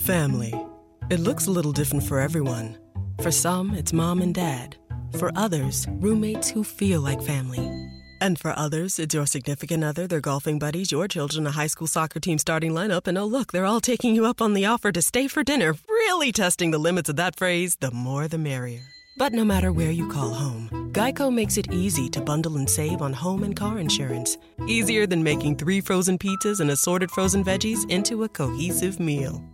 Family. It looks a little different for everyone. For some, it's mom and dad. For others, roommates who feel like family. And for others, it's your significant other, their golfing buddies, your children, a high school soccer team starting lineup, and oh look, they're all taking you up on the offer to stay for dinner, really testing the limits of that phrase, the more the merrier. But no matter where you call home, Geico makes it easy to bundle and save on home and car insurance. Easier than making 3 frozen pizzas and assorted frozen veggies into a cohesive meal.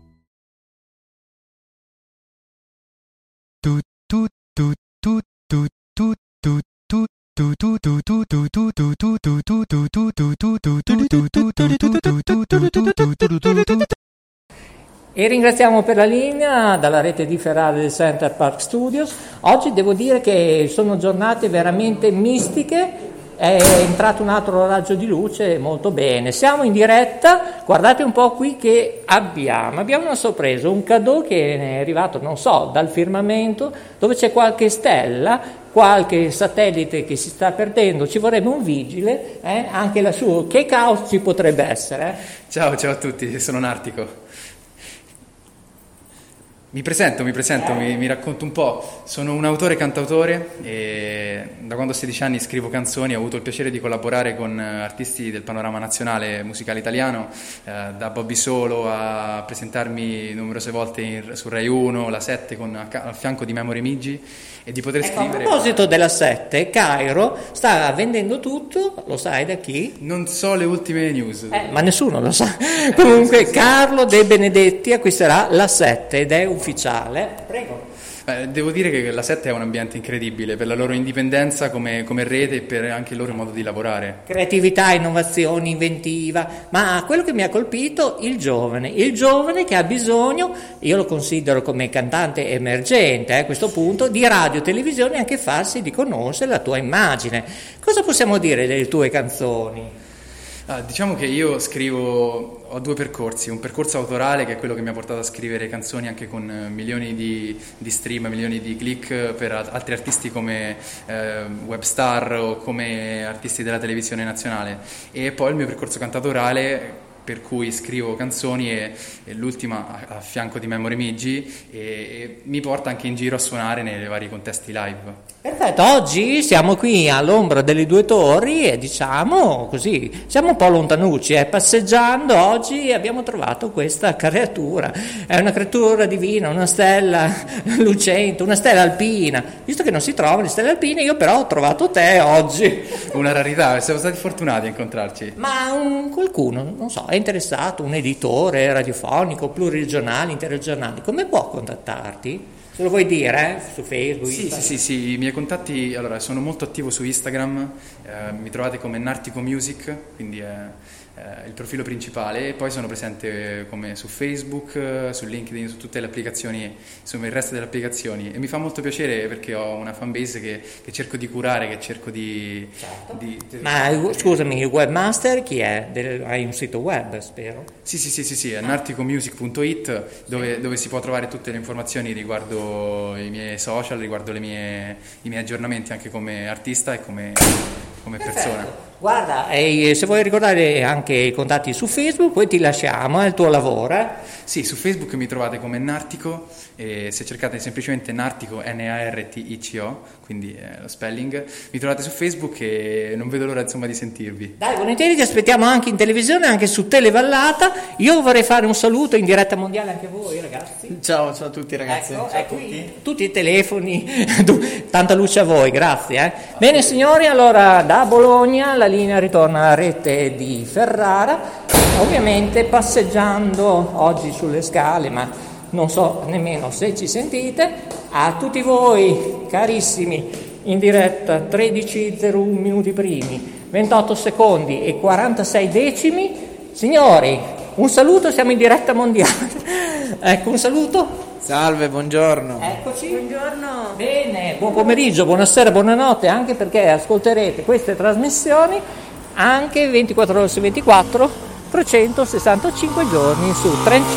E ringraziamo per la linea dalla rete di Ferrara del Center Park Studios. Oggi devo dire che sono giornate veramente mistiche, è entrato un altro raggio di luce, molto bene. Siamo in diretta, guardate un po' qui che abbiamo una sorpresa, un cadeau che è arrivato, non so, dal firmamento, dove c'è qualche stella, qualche satellite che si sta perdendo, ci vorrebbe un vigile, anche lassù, che caos ci potrebbe essere? Ciao a tutti, sono Nartico. Mi presento, mi racconto un po'. Sono un autore e cantautore e da quando ho 16 anni scrivo canzoni. Ho avuto il piacere di collaborare con artisti del panorama nazionale musicale italiano, da Bobby Solo a presentarmi numerose volte su Rai 1, la 7 al fianco di Memory Migi, e di poter scrivere. A proposito della 7, Cairo sta vendendo tutto, lo sai da chi? Non so le ultime news. Ma nessuno lo sa. Comunque Carlo De Benedetti acquisterà la 7 ed è ufficiale. Prego. Devo dire che la 7 è un ambiente incredibile per la loro indipendenza come rete e per anche il loro modo di lavorare. Creatività, innovazione, inventiva, ma quello che mi ha colpito, il giovane che ha bisogno, io lo considero come cantante emergente a questo punto, di radio, televisione e anche farsi di conoscere la tua immagine. Cosa possiamo dire delle tue canzoni? Diciamo che io ho 2 percorsi, un percorso autorale che è quello che mi ha portato a scrivere canzoni anche con milioni di stream, milioni di click per altri artisti come Webstar o come artisti della televisione nazionale, e poi il mio percorso cantautorale per cui scrivo canzoni e l'ultima a fianco di Memory Migi e mi porta anche in giro a suonare nei vari contesti live. Perfetto, oggi siamo qui all'ombra delle 2 torri e diciamo così, siamo un po' lontanucci, passeggiando oggi abbiamo trovato questa creatura, è una creatura divina, una stella lucente, una stella alpina, visto che non si trovano le stelle alpine, io però ho trovato te oggi. Una rarità, siamo stati fortunati a incontrarci. Ma qualcuno, non so, è interessato, un editore radiofonico, pluriregionale, interregionale, come può contattarti? Se lo vuoi dire, su Facebook? Sì, i miei contatti, allora, sono molto attivo su Instagram, mi trovate come Nartico Music, quindi è il profilo principale, e poi sono presente come su Facebook, su LinkedIn, su tutte le applicazioni, insomma il resto delle applicazioni, e mi fa molto piacere perché ho una fanbase che cerco di curare, che cerco di... Certo. Ma scusami, il webmaster chi è? Hai un sito web, spero? Sì, è narticomusic.it dove si può trovare tutte le informazioni riguardo i miei social, riguardo i miei aggiornamenti anche come artista e come persona. Guarda, se vuoi ricordare anche i contatti su Facebook, poi ti lasciamo, il tuo lavoro. Sì, su Facebook mi trovate come Nartico, e se cercate semplicemente Nartico, Nartico, quindi lo spelling, mi trovate su Facebook e non vedo l'ora insomma di sentirvi. Dai, volentieri ti aspettiamo anche in televisione, anche su Televallata. Io vorrei fare un saluto in diretta mondiale anche a voi ragazzi. Ciao a tutti ragazzi. Ecco tutti i telefoni, tanta luce a voi, grazie. Bene signori, allora da Bologna la linea ritorna alla rete di Ferrara, ovviamente passeggiando oggi sulle scale, ma non so nemmeno se ci sentite. A tutti voi carissimi, in diretta 13:01 minuti primi, 28 secondi e 46 decimi, signori, un saluto, siamo in diretta mondiale. Ecco, un saluto. Salve, buongiorno. Eccoci. Buongiorno. Bene, buon pomeriggio, buonasera, buonanotte, anche perché ascolterete queste trasmissioni anche 24 ore su 24, 365 giorni su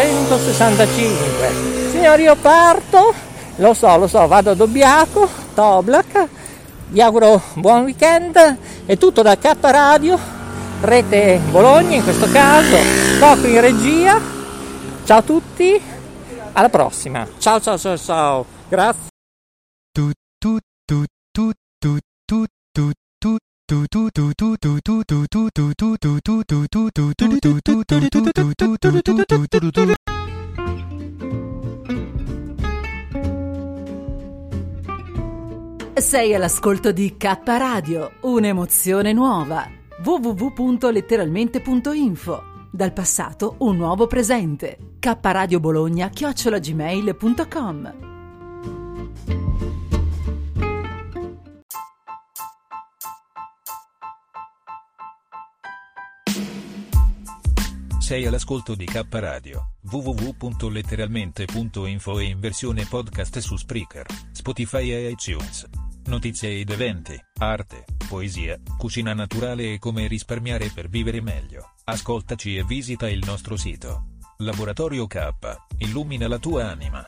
365. Signori, io parto, lo so, vado ad Obbiaco, Toblach, vi auguro buon weekend, è tutto da K Radio, rete Bologna in questo caso, Coco in regia, ciao a tutti. Alla prossima. Ciao. Grazie. Sei all'ascolto di K Radio, un'emozione nuova. www.letteralmente.info. Dal passato un nuovo presente. kradiobologna@gmail.com. Sei all'ascolto di K Radio, www.letteralmente.info e in versione podcast su Spreaker, Spotify e iTunes. Notizie ed eventi, arte, poesia, cucina naturale e come risparmiare per vivere meglio. Ascoltaci e visita il nostro sito. Laboratorio K, illumina la tua anima.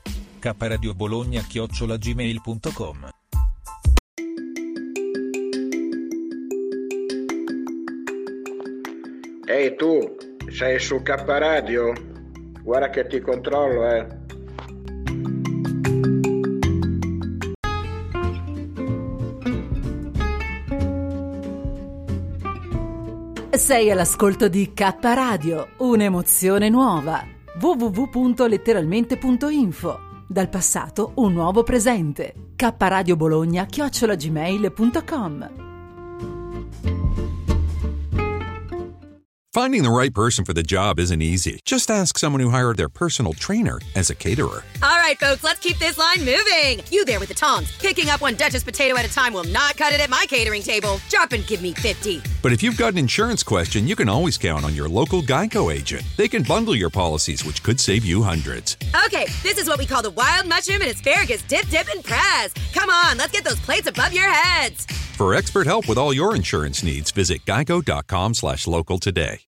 kradiobologna@gmail.com. Ehi tu, sei su K Radio? Guarda che ti controllo, Sei all'ascolto di K Radio, un'emozione nuova. www.letteralmente.info. Dal passato un nuovo presente. kradiobologna@gmail.com. Finding the right person for the job isn't easy. Just ask someone who hired their personal trainer as a caterer. All right, folks, let's keep this line moving. You there with the tongs. Picking up one Duchess potato at a time will not cut it at my catering table. Drop and give me 50. But if you've got an insurance question, you can always count on your local Geico agent. They can bundle your policies, which could save you hundreds. Okay, this is what we call the wild mushroom and asparagus dip, and press. Come on, let's get those plates above your heads. For expert help with all your insurance needs, visit geico.com/local today.